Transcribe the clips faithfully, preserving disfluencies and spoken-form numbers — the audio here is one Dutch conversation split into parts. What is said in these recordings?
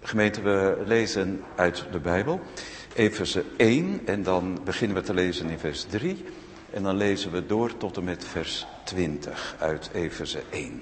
Gemeente, we lezen uit de Bijbel, Efeze één, en dan beginnen we te lezen in vers drie. En dan lezen we door tot en met vers twintig uit Efeze één.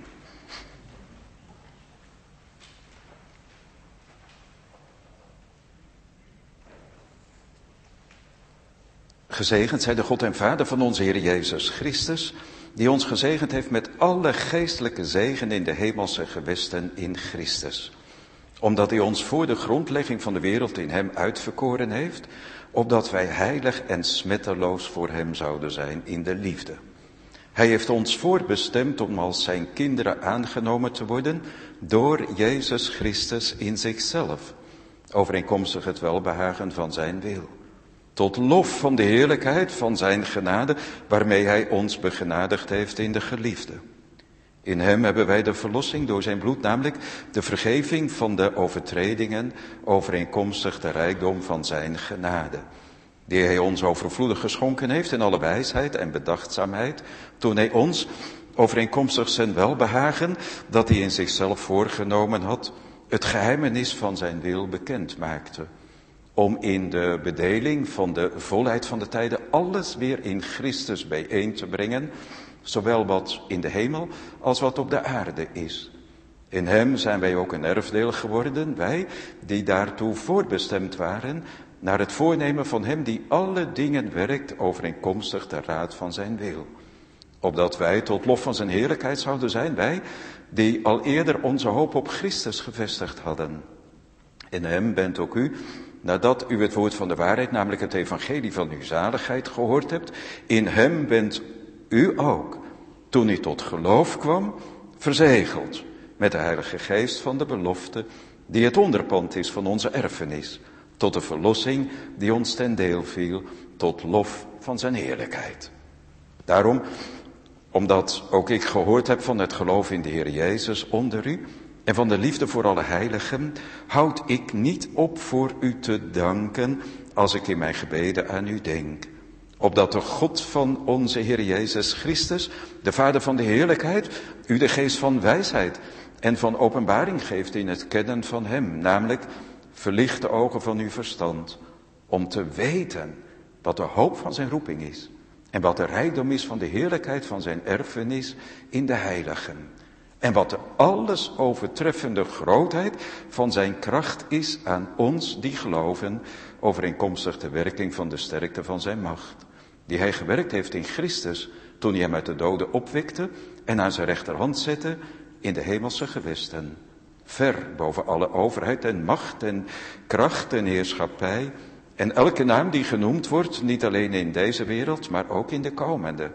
Gezegend zij de God en Vader van onze Heer Jezus Christus, die ons gezegend heeft met alle geestelijke zegen in de hemelse gewesten in Christus. Omdat hij ons voor de grondlegging van de wereld in hem uitverkoren heeft, opdat wij heilig en smetteloos voor hem zouden zijn in de liefde. Hij heeft ons voorbestemd om als zijn kinderen aangenomen te worden door Jezus Christus in zichzelf, overeenkomstig het welbehagen van zijn wil. Tot lof van de heerlijkheid van zijn genade, waarmee hij ons begenadigd heeft in de geliefde. In hem hebben wij de verlossing door zijn bloed, namelijk de vergeving van de overtredingen, overeenkomstig de rijkdom van zijn genade, die hij ons overvloedig geschonken heeft in alle wijsheid en bedachtzaamheid, toen hij ons, overeenkomstig zijn welbehagen, dat hij in zichzelf voorgenomen had, het geheimenis van zijn wil bekend maakte, om in de bedeling van de volheid van de tijden alles weer in Christus bijeen te brengen, zowel wat in de hemel als wat op de aarde is. In hem zijn wij ook een erfdeel geworden, wij die daartoe voorbestemd waren, naar het voornemen van hem die alle dingen werkt overeenkomstig de raad van zijn wil. Opdat wij tot lof van zijn heerlijkheid zouden zijn, wij die al eerder onze hoop op Christus gevestigd hadden. In hem bent ook u, nadat u het woord van de waarheid, namelijk het evangelie van uw zaligheid gehoord hebt, in hem bent u ook, toen u tot geloof kwam, verzegeld met de Heilige Geest van de belofte, die het onderpand is van onze erfenis, tot de verlossing die ons ten deel viel, tot lof van zijn heerlijkheid. Daarom, omdat ook ik gehoord heb van het geloof in de Heer Jezus onder u, en van de liefde voor alle heiligen, houd ik niet op voor u te danken, als ik in mijn gebeden aan u denk. Opdat de God van onze Heer Jezus Christus, de Vader van de heerlijkheid, u de geest van wijsheid en van openbaring geeft in het kennen van hem. Namelijk, verlicht de ogen van uw verstand, om te weten wat de hoop van zijn roeping is. En wat de rijkdom is van de heerlijkheid van zijn erfenis in de heiligen. En wat de alles overtreffende grootheid van zijn kracht is aan ons die geloven, overeenkomstig de werking van de sterkte van zijn macht, die hij gewerkt heeft in Christus, toen hij hem uit de doden opwekte en aan zijn rechterhand zette in de hemelse gewesten, ver boven alle overheid en macht en kracht en heerschappij en elke naam die genoemd wordt, niet alleen in deze wereld, maar ook in de komende.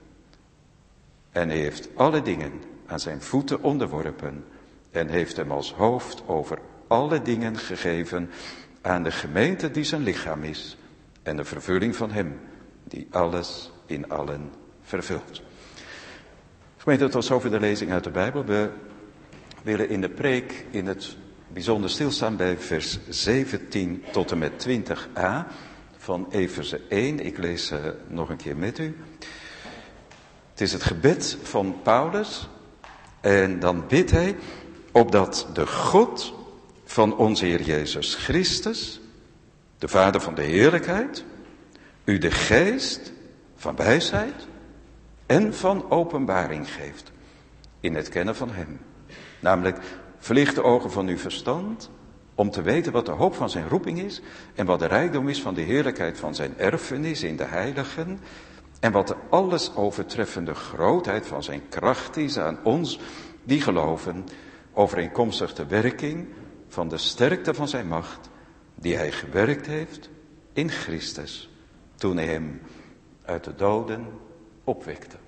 En hij heeft alle dingen aan zijn voeten onderworpen en heeft hem als hoofd over alle dingen gegeven aan de gemeente die zijn lichaam is en de vervulling van hem die alles in allen vervult. Gemeente, tot zover de lezing uit de Bijbel. We willen in de preek in het bijzonder stilstaan bij vers zeventien tot en met twintig a van Efeze één. Ik lees uh, nog een keer met u. Het is het gebed van Paulus. En dan bidt hij, opdat de God van onze Heer Jezus Christus, de Vader van de heerlijkheid, u de geest van wijsheid en van openbaring geeft in het kennen van hem. Namelijk, verlicht de ogen van uw verstand, om te weten wat de hoop van zijn roeping is en wat de rijkdom is van de heerlijkheid van zijn erfenis in de heiligen, en wat de alles overtreffende grootheid van zijn kracht is aan ons die geloven, overeenkomstig de werking van de sterkte van zijn macht, die hij gewerkt heeft in Christus, toen hij hem uit de doden opwekte.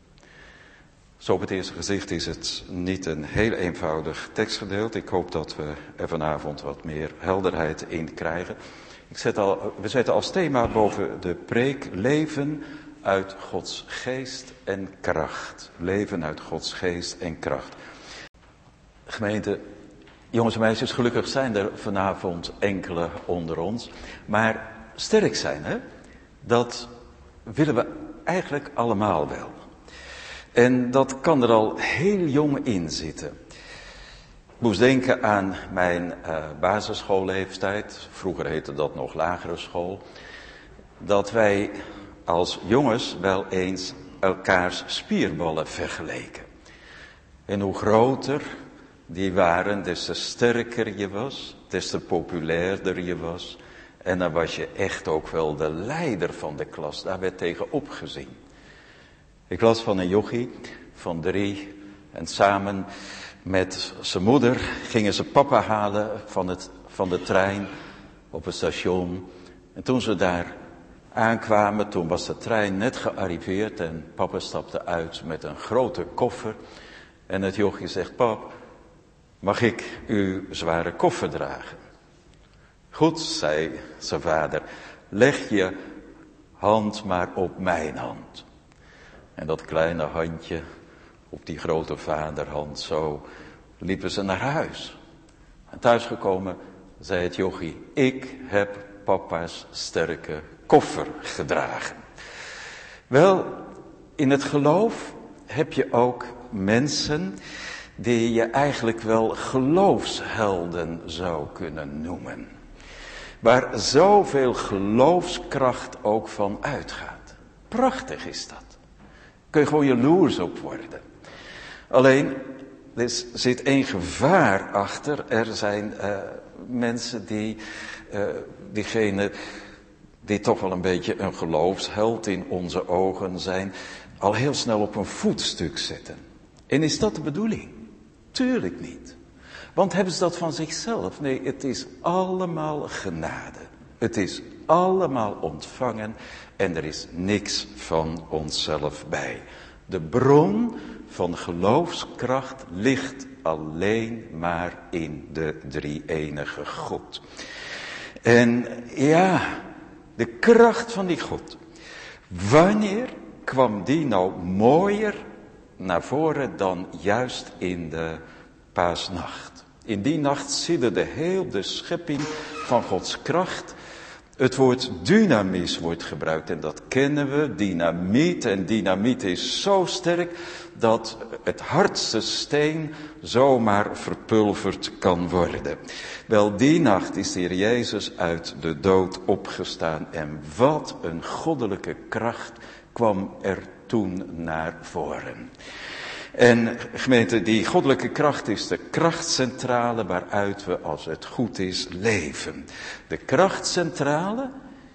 Zo op het eerste gezicht is het niet een heel eenvoudig tekstgedeelte. Ik hoop dat we er vanavond wat meer helderheid in krijgen. Ik zet al, we zetten als thema boven de preek leven uit Gods geest en kracht. Leven uit Gods geest en kracht. Gemeente, jongens en meisjes, gelukkig zijn er vanavond enkele onder ons. Maar sterk zijn, hè? Dat willen we eigenlijk allemaal wel. En dat kan er al heel jong in zitten. moest denken aan mijn uh, basisschoolleeftijd. Vroeger heette dat nog lagere school. Dat wij als jongens wel eens elkaars spierballen vergeleken. En hoe groter die waren, des te sterker je was, des te populairder je was. En dan was je echt ook wel de leider van de klas. Daar werd tegen opgezien. Ik las van een jochie van drie en samen met zijn moeder gingen ze papa halen van, het, van de trein op het station. En toen ze daar aankwamen, toen was de trein net gearriveerd en papa stapte uit met een grote koffer. En het jochie zegt, pap, mag ik uw zware koffer dragen? Goed, zei zijn vader, leg je hand maar op mijn hand. En dat kleine handje op die grote vaderhand, zo liepen ze naar huis. En thuisgekomen zei het jochie, ik heb papa's sterke koffer gedragen. Wel, in het geloof heb je ook mensen die je eigenlijk wel geloofshelden zou kunnen noemen. Waar zoveel geloofskracht ook van uitgaat. Prachtig is dat. Kun je gewoon jaloers op worden. Alleen, er zit één gevaar achter. Er zijn uh, mensen die, uh, diegene die toch wel een beetje een geloofsheld in onze ogen zijn, al heel snel op een voetstuk zetten. En is dat de bedoeling? Tuurlijk niet. Want hebben ze dat van zichzelf? Nee, het is allemaal genade. Het is allemaal ontvangen en er is niks van onszelf bij. De bron van geloofskracht ligt alleen maar in de drie-enige God. En ja, de kracht van die God. Wanneer kwam die nou mooier naar voren dan juist in de paasnacht? In die nacht sidderde heel de schepping van Gods kracht. Het woord dynamis wordt gebruikt en dat kennen we, dynamiet. En dynamiet is zo sterk dat het hardste steen zomaar verpulverd kan worden. Wel, die nacht is de Heer Jezus uit de dood opgestaan en wat een goddelijke kracht kwam er toen naar voren. En gemeente, die goddelijke kracht is de krachtcentrale waaruit we, als het goed is, leven. De krachtcentrale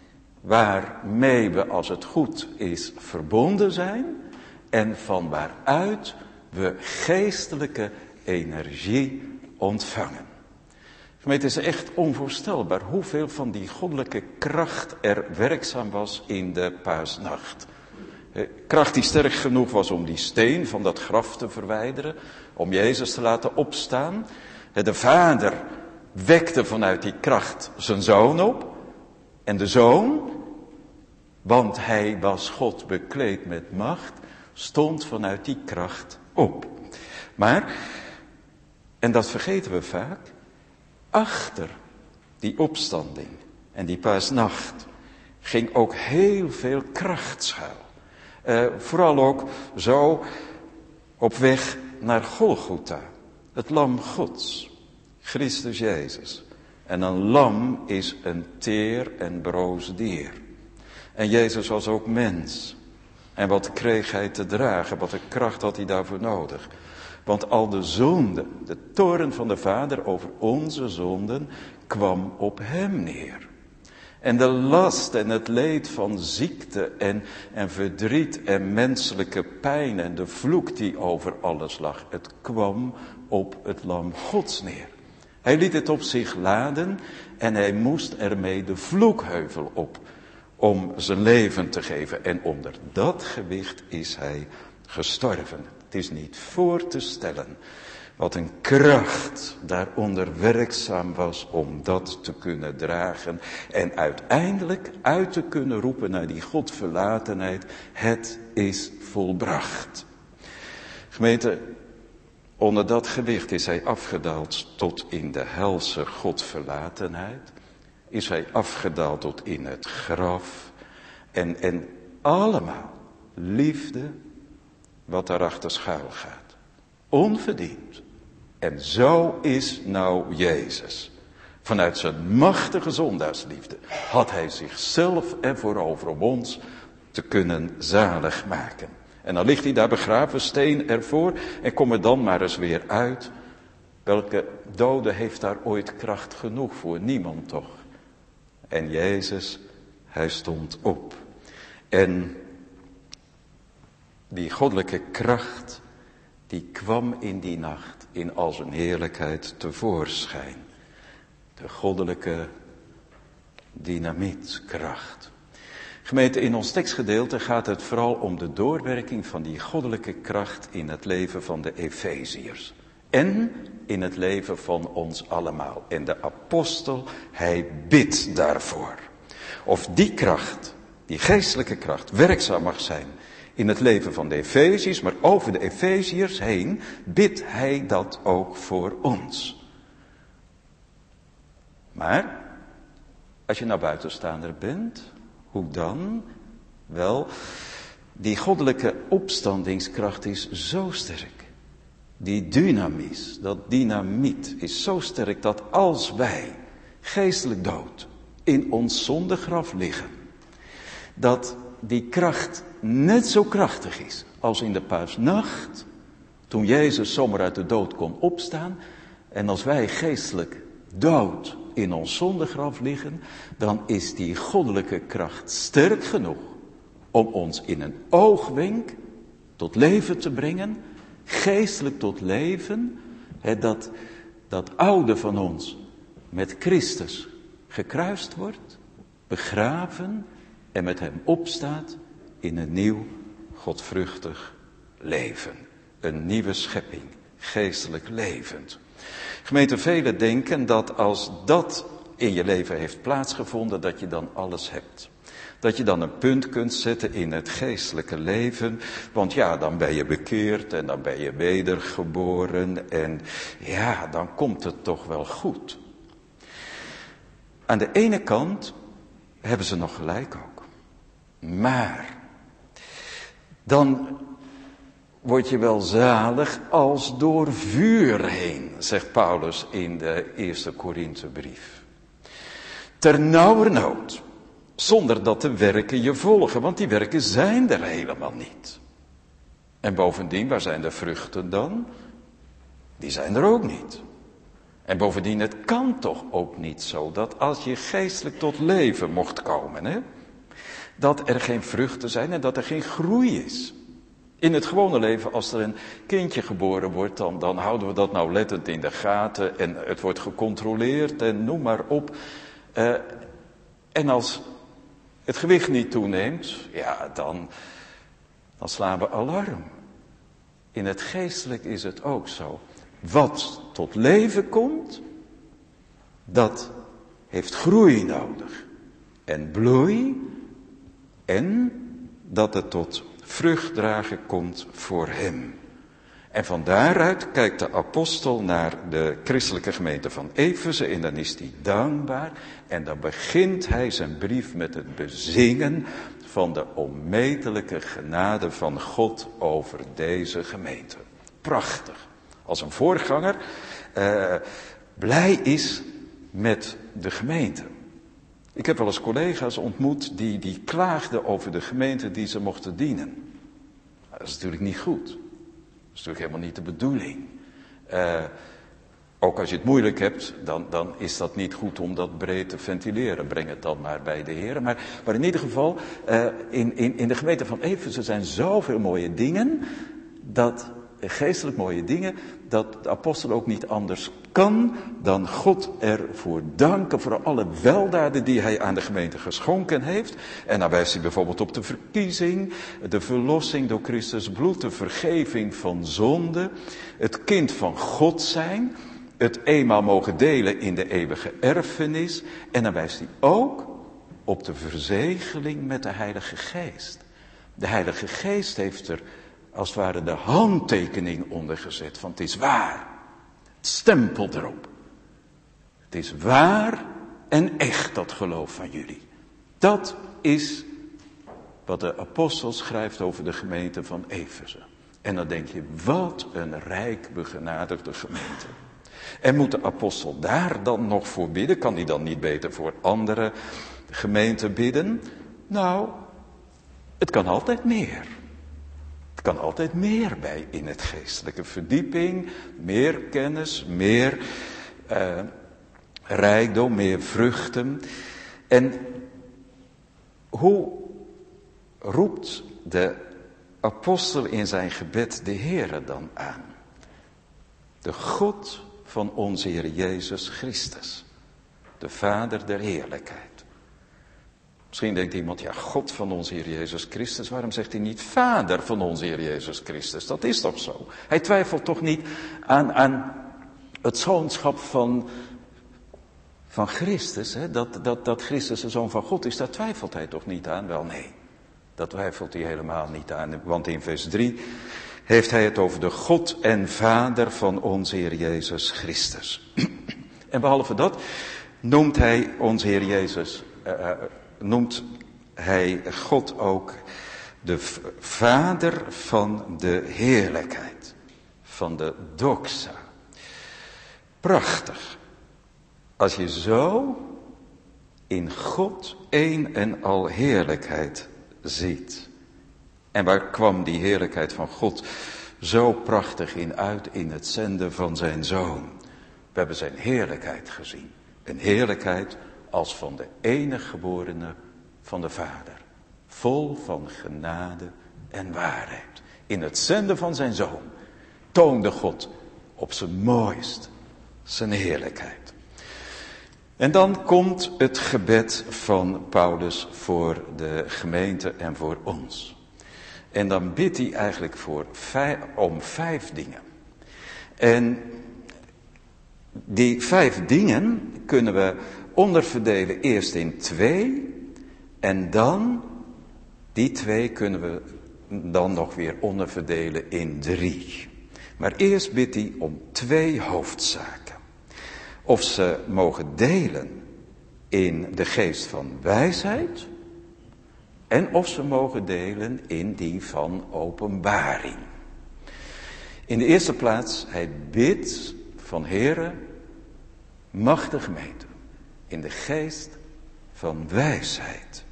waarmee we, als het goed is, verbonden zijn en van waaruit we geestelijke energie ontvangen. Gemeente, het is echt onvoorstelbaar hoeveel van die goddelijke kracht er werkzaam was in de paasnacht. Kracht die sterk genoeg was om die steen van dat graf te verwijderen, om Jezus te laten opstaan. De Vader wekte vanuit die kracht zijn Zoon op. En de Zoon, want hij was God bekleed met macht, stond vanuit die kracht op. Maar, en dat vergeten we vaak, achter die opstanding en die paasnacht ging ook heel veel kracht schuil. Uh, vooral ook zo op weg naar Golgotha, het lam Gods, Christus Jezus. En een lam is een teer en broos dier. En Jezus was ook mens. En wat kreeg hij te dragen, wat een kracht had hij daarvoor nodig. Want al de zonde, de toorn van de Vader over onze zonden, kwam op hem neer. En de last en het leed van ziekte en, en verdriet en menselijke pijn en de vloek die over alles lag, het kwam op het lam Gods neer. Hij liet het op zich laden en hij moest ermee de vloekheuvel op om zijn leven te geven. En onder dat gewicht is hij gestorven. Het is niet voor te stellen wat een kracht daaronder werkzaam was om dat te kunnen dragen. En uiteindelijk uit te kunnen roepen naar die Godverlatenheid. Het is volbracht. Gemeente, onder dat gewicht is hij afgedaald tot in de helse Godverlatenheid. Is hij afgedaald tot in het graf. En, en allemaal liefde wat daarachter schuil gaat. Onverdiend. En zo is nou Jezus. Vanuit zijn machtige zondaarsliefde had hij zichzelf ervoor over om ons te kunnen zalig maken. En dan ligt hij daar begraven, steen ervoor, en kom er dan maar eens weer uit. Welke dode heeft daar ooit kracht genoeg voor? Niemand toch? En Jezus, hij stond op. En die goddelijke kracht, die kwam in die nacht in al zijn heerlijkheid tevoorschijn. De goddelijke dynamietkracht. Gemeente, in ons tekstgedeelte gaat het vooral om de doorwerking van die goddelijke kracht in het leven van de Efeziërs. En in het leven van ons allemaal. En de apostel, hij bidt daarvoor. Of die kracht, die geestelijke kracht, werkzaam mag zijn in het leven van de Efeziërs, maar over de Efeziërs heen bidt hij dat ook voor ons. Maar, als je nou buitenstaander bent, hoe dan? Wel, die goddelijke opstandingskracht is zo sterk. Die dynamis, dat dynamiet, is zo sterk dat als wij geestelijk dood in ons zondegraf liggen, dat die kracht net zo krachtig is als in de paasnacht, toen Jezus zomaar uit de dood kon opstaan. En als wij geestelijk dood in ons zondegraf liggen, dan is die goddelijke kracht sterk genoeg om ons in een oogwenk tot leven te brengen, geestelijk tot leven, hè, dat, dat oude van ons met Christus gekruist wordt, begraven en met hem opstaat in een nieuw godvruchtig leven. Een nieuwe schepping, geestelijk levend. Gemeente, velen denken dat als dat in je leven heeft plaatsgevonden, dat je dan alles hebt. Dat je dan een punt kunt zetten in het geestelijke leven. Want ja, dan ben je bekeerd en dan ben je wedergeboren. En ja, dan komt het toch wel goed. Aan de ene kant hebben ze nog gelijk ook. Maar dan word je wel zalig als door vuur heen, zegt Paulus in de eerste Korinthebrief. Ternauwernood, zonder dat de werken je volgen, want die werken zijn er helemaal niet. En bovendien, waar zijn de vruchten dan? Die zijn er ook niet. En bovendien, het kan toch ook niet zo dat als je geestelijk tot leven mocht komen, hè, dat er geen vruchten zijn en dat er geen groei is. In het gewone leven, als er een kindje geboren wordt, dan, dan houden we dat nou lettend in de gaten en het wordt gecontroleerd en noem maar op. Uh, en als het gewicht niet toeneemt, ja, dan, dan slaan we alarm. In het geestelijk is het ook zo. Wat tot leven komt, dat heeft groei nodig. En bloei en dat het tot vrucht dragen komt voor hem. En van daaruit kijkt de apostel naar de christelijke gemeente van Efeze en dan is hij dankbaar. En dan begint hij zijn brief met het bezingen van de onmetelijke genade van God over deze gemeente. Prachtig. Als een voorganger uh, blij is met de gemeente. Ik heb wel eens collega's ontmoet die, die klaagden over de gemeente die ze mochten dienen. Dat is natuurlijk niet goed. Dat is natuurlijk helemaal niet de bedoeling. Uh, ook als je het moeilijk hebt, dan, dan is dat niet goed om dat breed te ventileren. Breng het dan maar bij de Heer. Maar, maar in ieder geval, uh, in, in, in de gemeente van Efeze zijn zoveel mooie dingen, dat, geestelijk mooie dingen, dat de apostel ook niet anders kan dan God ervoor danken voor alle weldaden die hij aan de gemeente geschonken heeft. En dan wijst hij bijvoorbeeld op de verkiezing, de verlossing door Christus bloed, de vergeving van zonde, het kind van God zijn, het eenmaal mogen delen in de eeuwige erfenis. En dan wijst hij ook op de verzegeling met de Heilige Geest. De Heilige Geest heeft er als het ware de handtekening onder gezet, want het is waar. Het stempel erop. Het is waar en echt, dat geloof van jullie. Dat is wat de apostel schrijft over de gemeente van Efeze. En dan denk je, wat een rijk begenadigde gemeente. En moet de apostel daar dan nog voor bidden? Kan hij dan niet beter voor andere gemeenten bidden? Nou, het kan altijd meer. Het kan altijd meer bij in het geestelijke verdieping, meer kennis, meer uh, rijkdom, meer vruchten. En hoe roept de apostel in zijn gebed de Heere dan aan? De God van onze Heer Jezus Christus, de Vader der heerlijkheid. Misschien denkt iemand, ja, God van onze Heer Jezus Christus, waarom zegt hij niet Vader van onze Heer Jezus Christus? Dat is toch zo? Hij twijfelt toch niet aan, aan het zoonschap van, van Christus, hè? Dat, dat, dat Christus de Zoon van God is, daar twijfelt hij toch niet aan? Wel, nee, dat twijfelt hij helemaal niet aan, want in vers drie heeft hij het over de God en Vader van onze Heer Jezus Christus. En behalve dat noemt hij onze Heer Jezus, uh, noemt hij God ook de Vader van de heerlijkheid, van de doxa. Prachtig. Als je zo in God één en al heerlijkheid ziet. En waar kwam die heerlijkheid van God zo prachtig in uit in het zenden van zijn Zoon? We hebben zijn heerlijkheid gezien. Een heerlijkheid als van de enige geborene van de Vader. Vol van genade en waarheid. In het zenden van zijn Zoon toonde God op zijn mooist zijn heerlijkheid. En dan komt het gebed van Paulus voor de gemeente en voor ons. En dan bidt hij eigenlijk voor vijf, om vijf dingen. En die vijf dingen kunnen we onderverdelen eerst in twee. En dan, die twee kunnen we dan nog weer onderverdelen in drie. Maar eerst bidt hij om twee hoofdzaken. Of ze mogen delen in de geest van wijsheid. En of ze mogen delen in die van openbaring. In de eerste plaats, hij bidt van Heere, mag de gemeente in de geest van wijsheid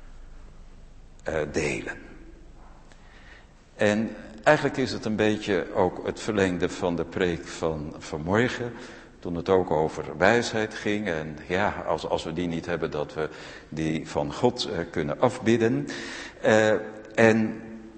uh, delen. En eigenlijk is het een beetje ook het verlengde van de preek van vanmorgen. Toen het ook over wijsheid ging. En ja, als, als we die niet hebben, dat we die van God uh, kunnen afbidden. Uh, en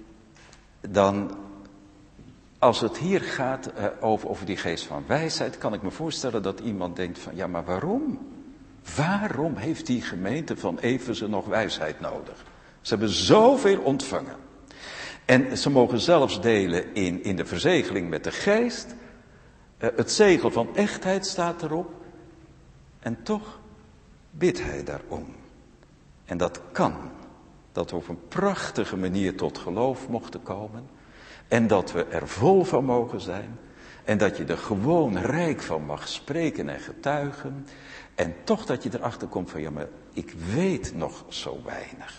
dan, als het hier gaat uh, over, over die geest van wijsheid, kan ik me voorstellen dat iemand denkt van, ja, maar waarom? Waarom heeft die gemeente van Efeze nog wijsheid nodig? Ze hebben zoveel ontvangen. En ze mogen zelfs delen in, in de verzegeling met de geest. Uh, het zegel van echtheid staat erop. En toch bidt hij daarom. En dat kan. Dat we op een prachtige manier tot geloof mochten komen. En dat we er vol van mogen zijn. En dat je er gewoon rijk van mag spreken en getuigen. En toch dat je erachter komt van, ja, maar ik weet nog zo weinig.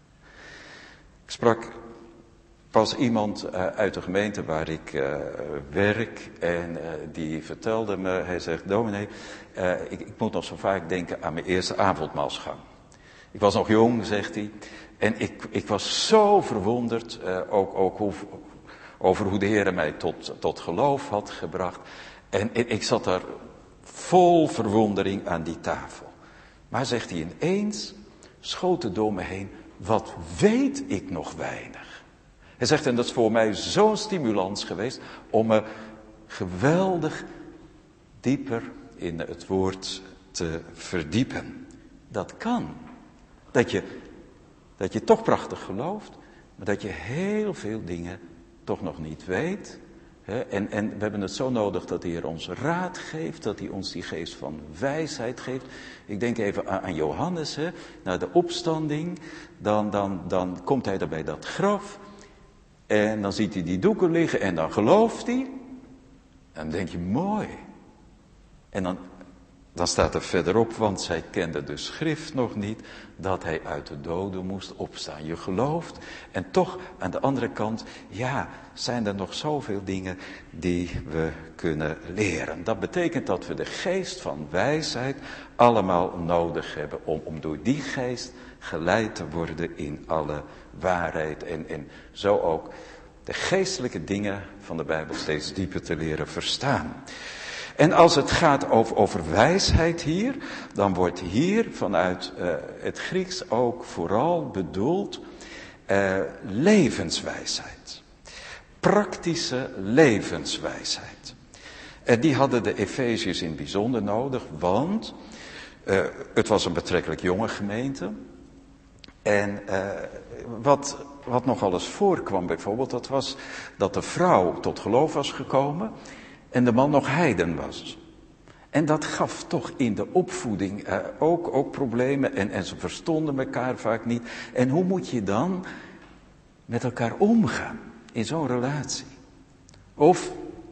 Ik sprak pas iemand uh, uit de gemeente waar ik uh, werk en uh, die vertelde me, hij zegt, dominee, uh, ik, ik moet nog zo vaak denken aan mijn eerste avondmaalsgang. Ik was nog jong, zegt hij, en ik, ik was zo verwonderd, uh, ook, ook hoe, over hoe de Heer mij tot, tot geloof had gebracht. En, en ik zat daar vol verwondering aan die tafel. Maar zegt hij ineens, schoot het door me heen, wat weet ik nog weinig. Hij zegt, en dat is voor mij zo'n stimulans geweest om me geweldig dieper in het woord te verdiepen. Dat kan. Dat je, dat je toch prachtig gelooft, maar dat je heel veel dingen toch nog niet weet. En, en we hebben het zo nodig dat de Heer ons raad geeft, dat hij ons die geest van wijsheid geeft. Ik denk even aan, aan Johannes, hè, na de opstanding, dan, dan, dan komt hij er bij dat graf. En dan ziet hij die doeken liggen en dan gelooft hij. En dan denk je, mooi. En dan Dan staat er verderop, want zij kenden de schrift nog niet, dat hij uit de doden moest opstaan. Je gelooft en toch aan de andere kant, ja, zijn er nog zoveel dingen die we kunnen leren. Dat betekent dat we de geest van wijsheid allemaal nodig hebben om, om door die geest geleid te worden in alle waarheid. En, en zo ook de geestelijke dingen van de Bijbel steeds dieper te leren verstaan. En als het gaat over, over wijsheid hier, dan wordt hier vanuit uh, het Grieks ook vooral bedoeld uh, levenswijsheid. Praktische levenswijsheid. En die hadden de Efeziërs in het bijzonder nodig, want uh, het was een betrekkelijk jonge gemeente. En uh, wat, wat nogal eens voorkwam bijvoorbeeld, dat was dat de vrouw tot geloof was gekomen en de man nog heiden was. En dat gaf toch in de opvoeding uh, ook, ook problemen en, en ze verstonden elkaar vaak niet. En hoe moet je dan met elkaar omgaan in zo'n relatie? Of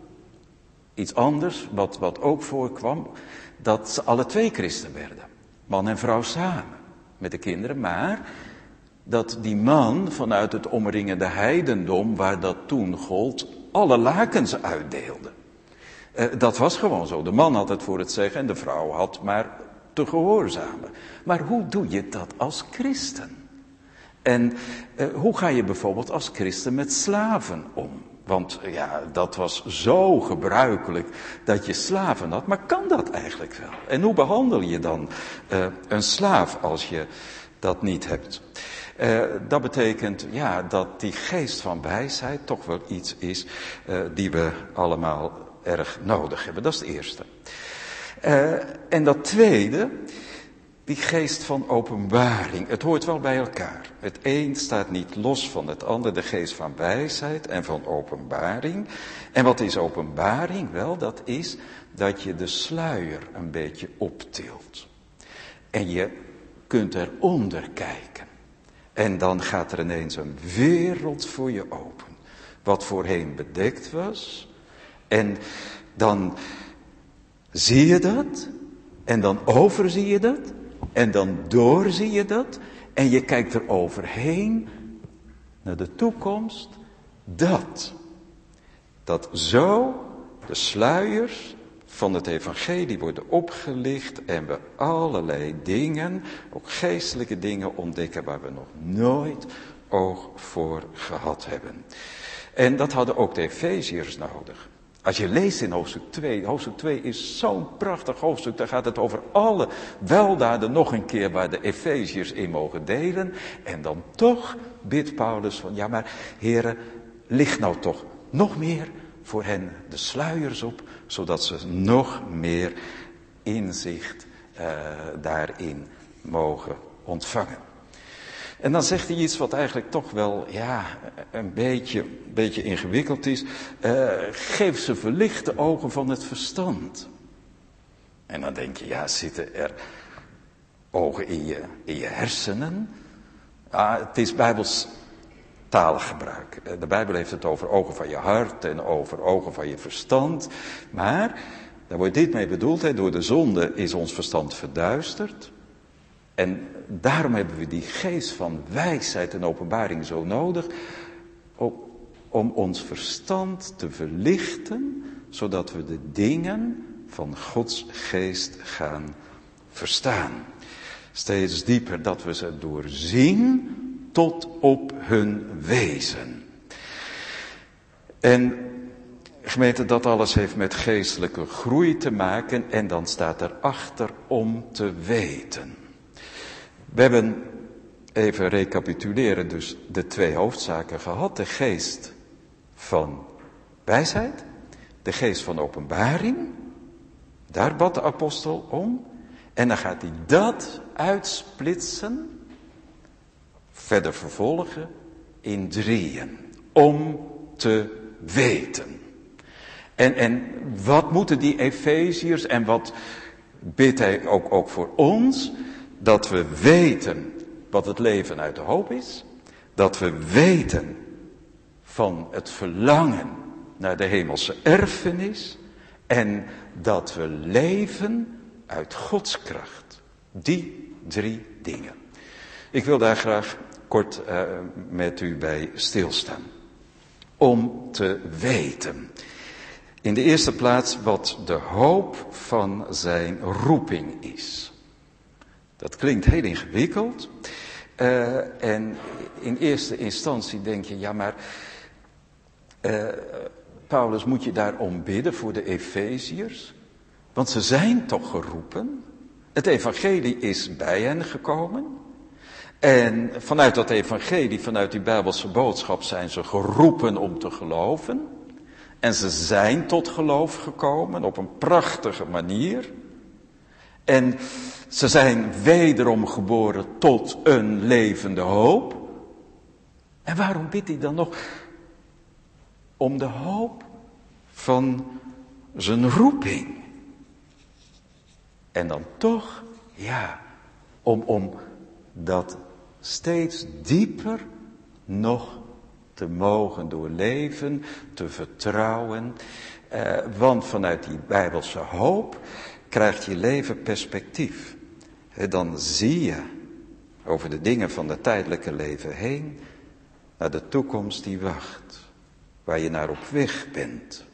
iets anders, wat, wat ook voorkwam, dat ze alle twee christen werden. Man en vrouw samen, met de kinderen, maar dat die man vanuit het omringende heidendom, waar dat toen gold, alle lakens uitdeelde. Uh, dat was gewoon zo. De man had het voor het zeggen en de vrouw had maar te gehoorzamen. Maar hoe doe je dat als christen? En uh, hoe ga je bijvoorbeeld als christen met slaven om? Want uh, ja, dat was zo gebruikelijk dat je slaven had. Maar kan dat eigenlijk wel? En hoe behandel je dan uh, een slaaf als je dat niet hebt? Uh, dat betekent ja, dat die geest van wijsheid toch wel iets is uh, die we allemaal erg nodig hebben. Dat is het eerste. Uh, en dat tweede, die geest van openbaring. Het hoort wel bij elkaar. Het een staat niet los van het ander. De geest van wijsheid en van openbaring. En wat is openbaring? Wel, dat is dat je de sluier een beetje optilt. En je kunt eronder kijken. En dan gaat er ineens een wereld voor je open. Wat voorheen bedekt was. En dan zie je dat. En dan overzie je dat. En dan doorzie je dat. En je kijkt er overheen naar de toekomst. Dat. Dat zo de sluiers van het evangelie worden opgelicht. En we allerlei dingen, ook geestelijke dingen ontdekken waar we nog nooit oog voor gehad hebben. En dat hadden ook de Efeziërs nodig. Als je leest in hoofdstuk twee, hoofdstuk twee is zo'n prachtig hoofdstuk, daar gaat het over alle weldaden nog een keer waar de Efeziërs in mogen delen. En dan toch bidt Paulus van, ja maar heren, licht nou toch nog meer voor hen de sluiers op, zodat ze nog meer inzicht uh, daarin mogen ontvangen. En dan zegt hij iets wat eigenlijk toch wel, ja, een beetje, een beetje ingewikkeld is. Uh, geef ze verlichte ogen van het verstand. En dan denk je, ja, zitten er ogen in je, in je hersenen? Ah, het is Bijbels taalgebruik. De Bijbel heeft het over ogen van je hart en over ogen van je verstand. Maar, daar wordt dit mee bedoeld, hè, door de zonde is ons verstand verduisterd. En daarom hebben we die geest van wijsheid en openbaring zo nodig, om, om ons verstand te verlichten, zodat we de dingen van Gods geest gaan verstaan. Steeds dieper, dat we ze doorzien tot op hun wezen. En gemeente, dat alles heeft met geestelijke groei te maken en dan staat erachter om te weten. We hebben, even recapituleren, dus de twee hoofdzaken gehad. De geest van wijsheid, de geest van openbaring. Daar bad de apostel om. En dan gaat hij dat uitsplitsen, verder vervolgen, in drieën. Om te weten. En, en wat moeten die Efeziërs en wat bidt hij ook, ook voor ons? Dat we weten wat het leven uit de hoop is. Dat we weten van het verlangen naar de hemelse erfenis. En dat we leven uit Gods kracht. Die drie dingen. Ik wil daar graag kort uh, met u bij stilstaan. Om te weten. In de eerste plaats wat de hoop van zijn roeping is. Dat klinkt heel ingewikkeld. Uh, en in eerste instantie denk je, ja maar... Uh, Paulus, moet je daarom bidden voor de Efeziërs? Want ze zijn toch geroepen? Het evangelie is bij hen gekomen. En vanuit dat evangelie, vanuit die Bijbelse boodschap zijn ze geroepen om te geloven. En ze zijn tot geloof gekomen op een prachtige manier. En ze zijn wederom geboren tot een levende hoop. En waarom bidt hij dan nog? Om de hoop van zijn roeping. En dan toch, ja, om, om dat steeds dieper nog te mogen doorleven, te vertrouwen. Eh, want vanuit die Bijbelse hoop krijgt je leven perspectief. Eh, dan zie je over de dingen van het tijdelijke leven heen naar de toekomst die wacht. Waar je naar op weg bent.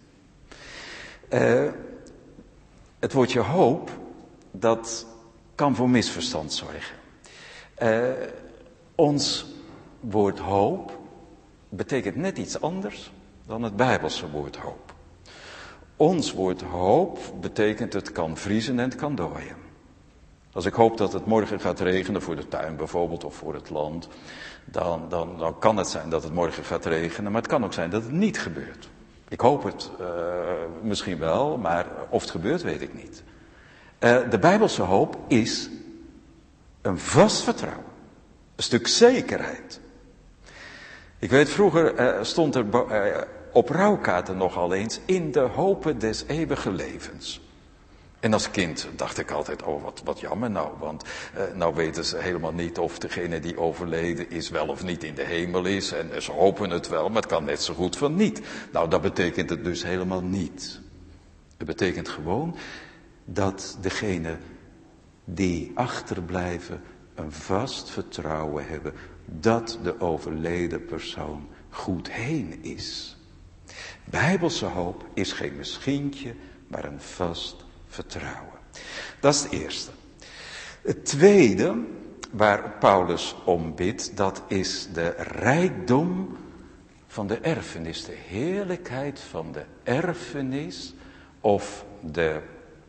Uh, het woordje hoop, dat kan voor misverstand zorgen. Uh, ons woord hoop betekent net iets anders dan het Bijbelse woord hoop. Ons woord hoop betekent het kan vriezen en het kan dooien. Als ik hoop dat het morgen gaat regenen voor de tuin bijvoorbeeld of voor het land, dan, dan, dan kan het zijn dat het morgen gaat regenen, maar het kan ook zijn dat het niet gebeurt. Ik hoop het uh, misschien wel, maar of het gebeurt weet ik niet. Uh, de Bijbelse hoop is een vast vertrouwen, een stuk zekerheid. Ik weet, vroeger uh, stond er uh, op rouwkaarten nogal eens in de hopen des eeuwige levens. En als kind dacht ik altijd, oh wat, wat jammer nou, want uh, nou weten ze helemaal niet of degene die overleden is wel of niet in de hemel is. En ze hopen het wel, maar het kan net zo goed van niet. Nou, dat betekent het dus helemaal niet. Het betekent gewoon dat degene die achterblijven een vast vertrouwen hebben dat de overleden persoon goed heen is. Bijbelse hoop is geen misschientje, maar een vast vertrouwen. Dat is het eerste. Het tweede waar Paulus om bidt, dat is de rijkdom van de erfenis. De heerlijkheid van de erfenis of de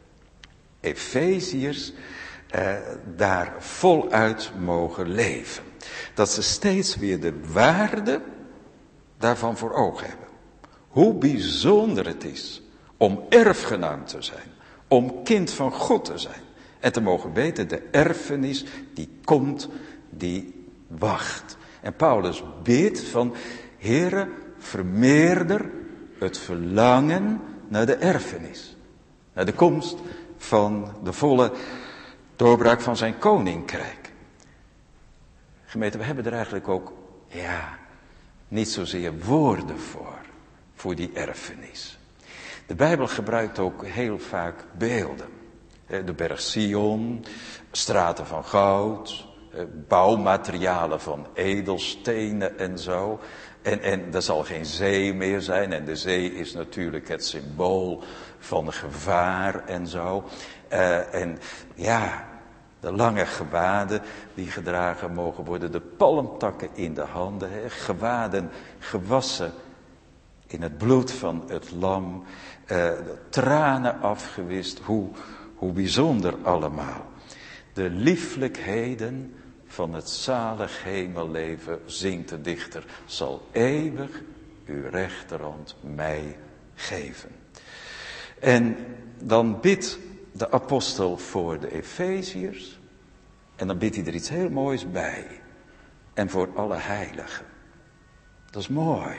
Efeziërs eh, daar voluit mogen leven. Dat ze steeds weer de waarde daarvan voor ogen hebben. Hoe bijzonder het is om erfgenaam te zijn. Om kind van God te zijn. En te mogen weten, de erfenis die komt, die wacht. En Paulus bidt van, Heere, vermeerder het verlangen naar de erfenis. Naar de komst van de volle doorbraak van zijn koninkrijk. Gemeente, we hebben er eigenlijk ook, ja, niet zozeer woorden voor. Voor die erfenis. De Bijbel gebruikt ook heel vaak beelden. De berg Sion, straten van goud, bouwmaterialen van edelstenen en zo. En, en er zal geen zee meer zijn. En de zee is natuurlijk het symbool van gevaar en zo. Uh, en ja, de lange gewaden die gedragen mogen worden. De palmtakken in de handen. Hè, gewaden gewassen in het bloed van het lam. Uh, tranen afgewist. Hoe, hoe bijzonder allemaal. De lieflijkheden van het zalig hemelleven, zingt de dichter, zal eeuwig uw rechterhand mij geven. En dan bidt de apostel voor de Efeziërs. En dan bidt hij er iets heel moois bij. En voor alle heiligen. Dat is mooi.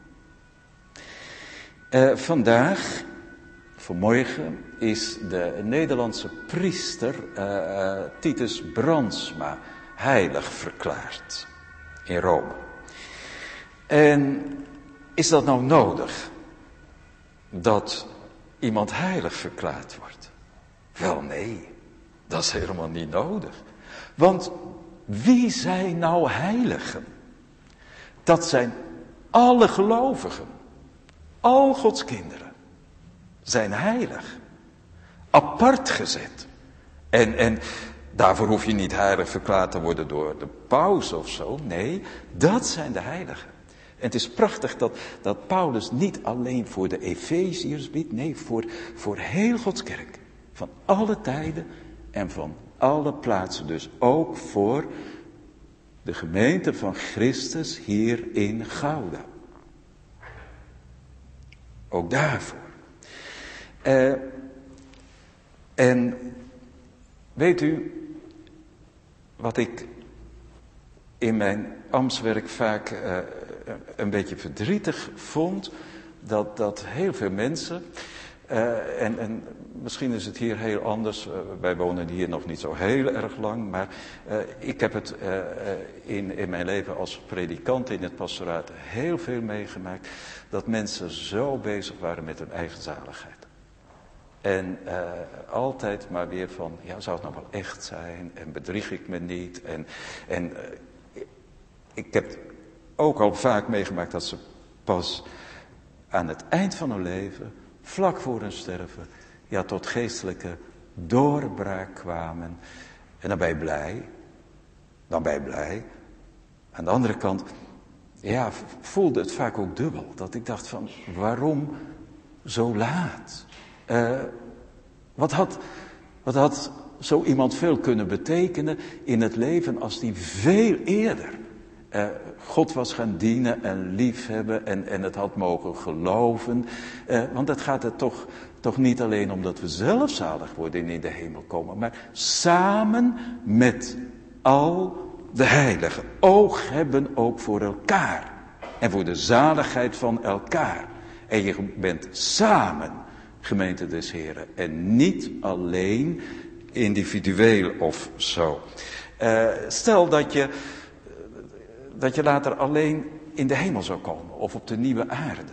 Uh, vandaag, vanmorgen, is de Nederlandse priester uh, Titus Brandsma heilig verklaard in Rome. En is dat nou nodig? Dat iemand heilig verklaard wordt? Wel nee. Dat is helemaal niet nodig. Want wie zijn nou heiligen? Dat zijn alle gelovigen. Al Gods kinderen zijn heilig. Apart gezet. En, en daarvoor hoef je niet heilig verklaard te worden door de paus of zo. Nee, dat zijn de heiligen. En het is prachtig dat, dat Paulus niet alleen voor de Efeziërs bidt. Nee, voor, voor heel Gods kerk. Van alle tijden en van alle plaatsen. Dus ook voor de gemeente van Christus hier in Gouda. Ook daarvoor. Uh, en weet u wat ik in mijn ambtswerk vaak uh, een beetje verdrietig vond? Dat, dat heel veel mensen, uh, en, en misschien is het hier heel anders, uh, wij wonen hier nog niet zo heel erg lang, maar uh, ik heb het uh, in, in mijn leven als predikant in het pastoraat heel veel meegemaakt, dat mensen zo bezig waren met hun eigen zaligheid. En uh, altijd maar weer van, ja, zou het nou wel echt zijn? En bedrieg ik me niet? En, en uh, ik heb ook al vaak meegemaakt dat ze pas aan het eind van hun leven, vlak voor hun sterven, ja, tot geestelijke doorbraak kwamen. En dan ben je blij. Dan ben je blij. Aan de andere kant, ja, voelde het vaak ook dubbel. Dat ik dacht van, waarom zo laat? Uh, wat had, wat had zo iemand veel kunnen betekenen in het leven als die veel eerder uh, God was gaan dienen en liefhebben en, en het had mogen geloven. Uh, want het gaat er toch, toch niet alleen om dat we zelf zalig worden en in de hemel komen, maar samen met al de heiligen. Oog hebben ook voor elkaar en voor de zaligheid van elkaar. En je bent samen gemeente des Heren. En niet alleen individueel of zo. Uh, stel dat je, dat je later alleen in de hemel zou komen. Of op de nieuwe aarde.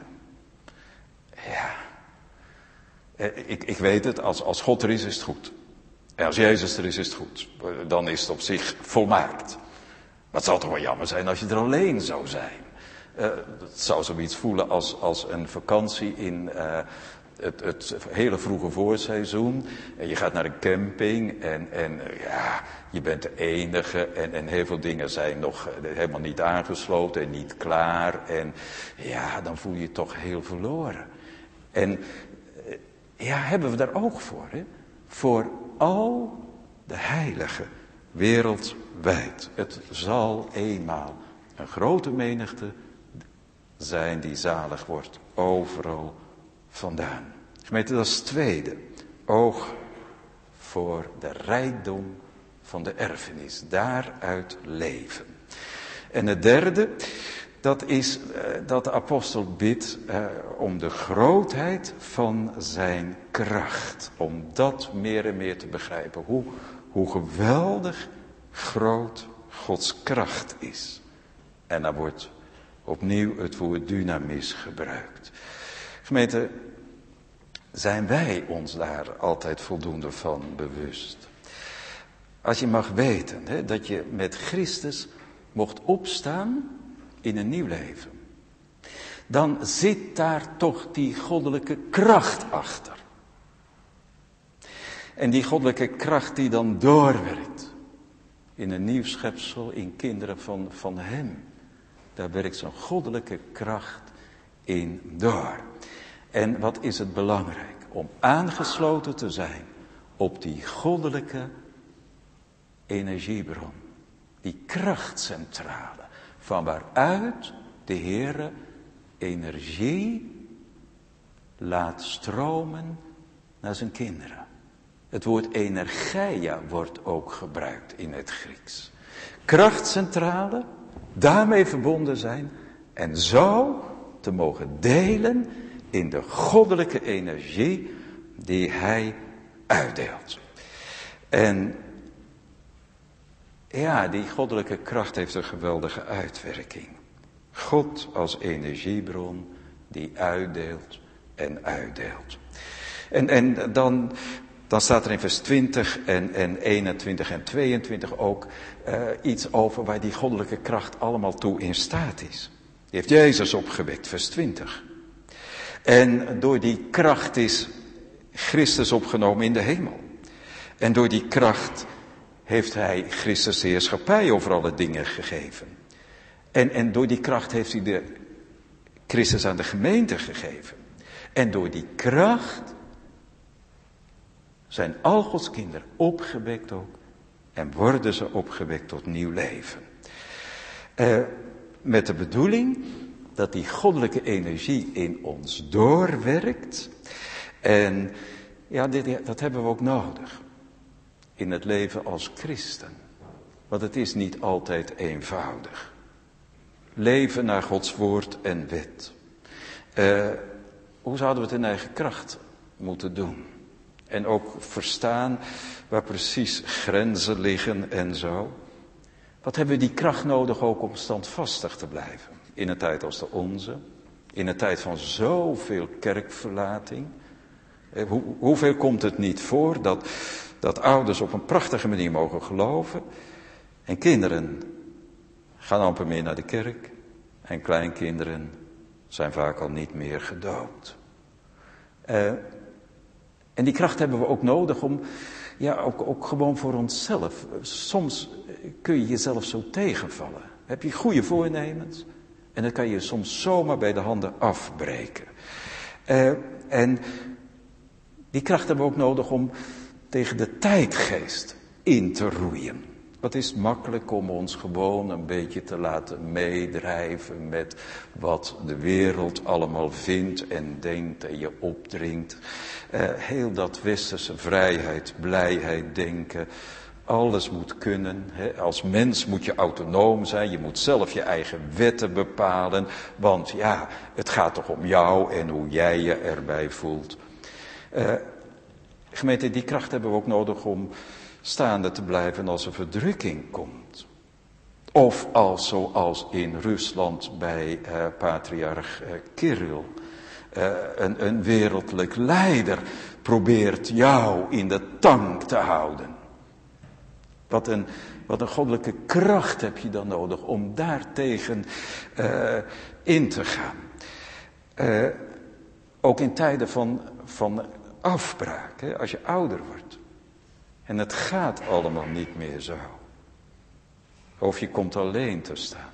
Ja. Uh, ik, ik weet het, als, als God er is, is het goed. En als Jezus er is, is het goed. Dan is het op zich volmaakt. Maar het zou toch wel jammer zijn als je er alleen zou zijn. Uh, het zou zoiets voelen als, als een vakantie in Uh, Het, het hele vroege voorseizoen. En je gaat naar een camping en, en ja, je bent de enige. En, en heel veel dingen zijn nog helemaal niet aangesloten en niet klaar. En ja, dan voel je je toch heel verloren. En ja, hebben we daar oog voor, hè? Voor al de heiligen wereldwijd. Het zal eenmaal een grote menigte zijn die zalig wordt overal vandaan. Gemeente, dat is het tweede. Oog voor de rijkdom van de erfenis. Daaruit leven. En het derde, dat is uh, dat de apostel bidt uh, om de grootheid van zijn kracht. Om dat meer en meer te begrijpen. Hoe, hoe geweldig groot Gods kracht is. En daar wordt opnieuw het woord dynamis gebruikt. Gemeente, zijn wij ons daar altijd voldoende van bewust? Als je mag weten, hè, dat je met Christus mocht opstaan in een nieuw leven, dan zit daar toch die goddelijke kracht achter. En die goddelijke kracht die dan doorwerkt in een nieuw schepsel, in kinderen van, van hem. Daar werkt zo'n goddelijke kracht in door. En wat is het belangrijk? Om aangesloten te zijn op die goddelijke energiebron. Die krachtcentrale. Van waaruit de Heere energie laat stromen naar zijn kinderen. Het woord energeia wordt ook gebruikt in het Grieks. Krachtcentrale, daarmee verbonden zijn en zo te mogen delen in de goddelijke energie die hij uitdeelt. En ja, die goddelijke kracht heeft een geweldige uitwerking. God als energiebron die uitdeelt en uitdeelt. En, en dan Dan staat er in vers twintig en, en eenentwintig en tweeëntwintig ook uh, iets over waar die goddelijke kracht allemaal toe in staat is. Die heeft Jezus opgewekt, vers twintig. En door die kracht is Christus opgenomen in de hemel. En door die kracht heeft hij Christus de heerschappij over alle dingen gegeven. En, en door die kracht heeft hij de Christus aan de gemeente gegeven. En door die kracht zijn al Gods kinderen opgewekt ook. En worden ze opgewekt tot nieuw leven. Uh, met de bedoeling dat die goddelijke energie in ons doorwerkt. En ja, dit, dat hebben we ook nodig. In het leven als christen. Want het is niet altijd eenvoudig. Leven naar Gods woord en wet. Uh, hoe zouden we het in eigen kracht moeten doen? En ook verstaan waar precies grenzen liggen en zo. Wat hebben we die kracht nodig ook om standvastig te blijven? In een tijd als de onze. In een tijd van zoveel kerkverlating. Hoe, hoeveel komt het niet voor dat, dat ouders op een prachtige manier mogen geloven. En kinderen gaan amper meer naar de kerk. En kleinkinderen zijn vaak al niet meer gedoopt. Uh, en die kracht hebben we ook nodig om, ja, ook, ook gewoon voor onszelf. Soms kun je jezelf zo tegenvallen. Heb je goede voornemens en dan kan je soms zomaar bij de handen afbreken. Uh, en die kracht hebben we ook nodig om tegen de tijdgeest in te roeien. Wat is het makkelijk om ons gewoon een beetje te laten meedrijven met wat de wereld allemaal vindt en denkt en je opdringt. Uh, heel dat westerse vrijheid, blijheid denken. Alles moet kunnen. Hè. Als mens moet je autonoom zijn. Je moet zelf je eigen wetten bepalen. Want ja, het gaat toch om jou en hoe jij je erbij voelt. Uh, gemeente, die kracht hebben we ook nodig om staande te blijven als er verdrukking komt. Of als zoals in Rusland bij uh, patriarch uh, Kirill. Uh, een, een wereldlijk leider probeert jou in de tang te houden. Wat een, wat een goddelijke kracht heb je dan nodig om daartegen uh, in te gaan. Uh, ook in tijden van, van afbraak, hè, als je ouder wordt. En het gaat allemaal niet meer zo. Of je komt alleen te staan.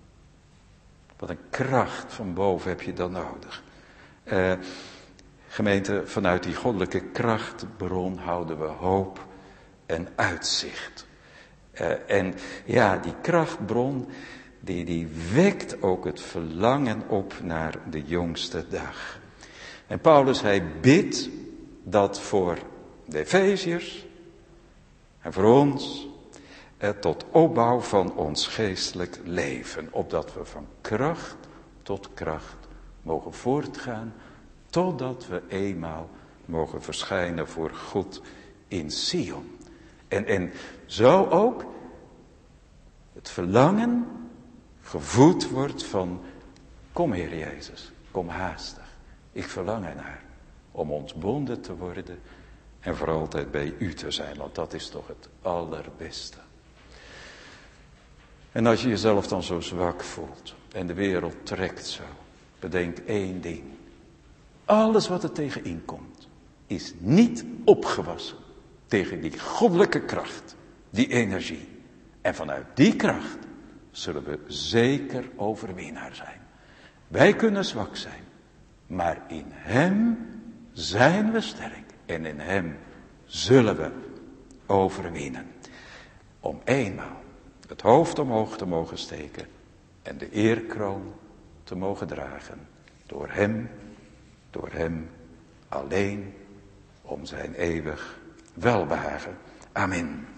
Wat een kracht van boven heb je dan nodig. Uh, gemeente, vanuit die goddelijke krachtbron houden we hoop en uitzicht. Uh, en ja, die krachtbron, die, die wekt ook het verlangen op naar de jongste dag. En Paulus, hij bidt dat voor de Efeziërs en voor ons uh, tot opbouw van ons geestelijk leven. Opdat we van kracht tot kracht mogen voortgaan, totdat we eenmaal mogen verschijnen voor God in Sion. En, en zo ook het verlangen gevoed wordt van, kom Heer Jezus, kom haastig. Ik verlang ernaar om ontbonden te worden en voor altijd bij u te zijn, want dat is toch het allerbeste. En als je jezelf dan zo zwak voelt en de wereld trekt zo, bedenk één ding. Alles wat er tegenin komt, is niet opgewassen tegen die goddelijke kracht, die energie. En vanuit die kracht zullen we zeker overwinnaar zijn. Wij kunnen zwak zijn, maar in hem zijn we sterk. En in hem zullen we overwinnen. Om eenmaal het hoofd omhoog te mogen steken en de eerkroon te mogen dragen. Door hem, door hem alleen, om zijn eeuwig welbehagen. Amen.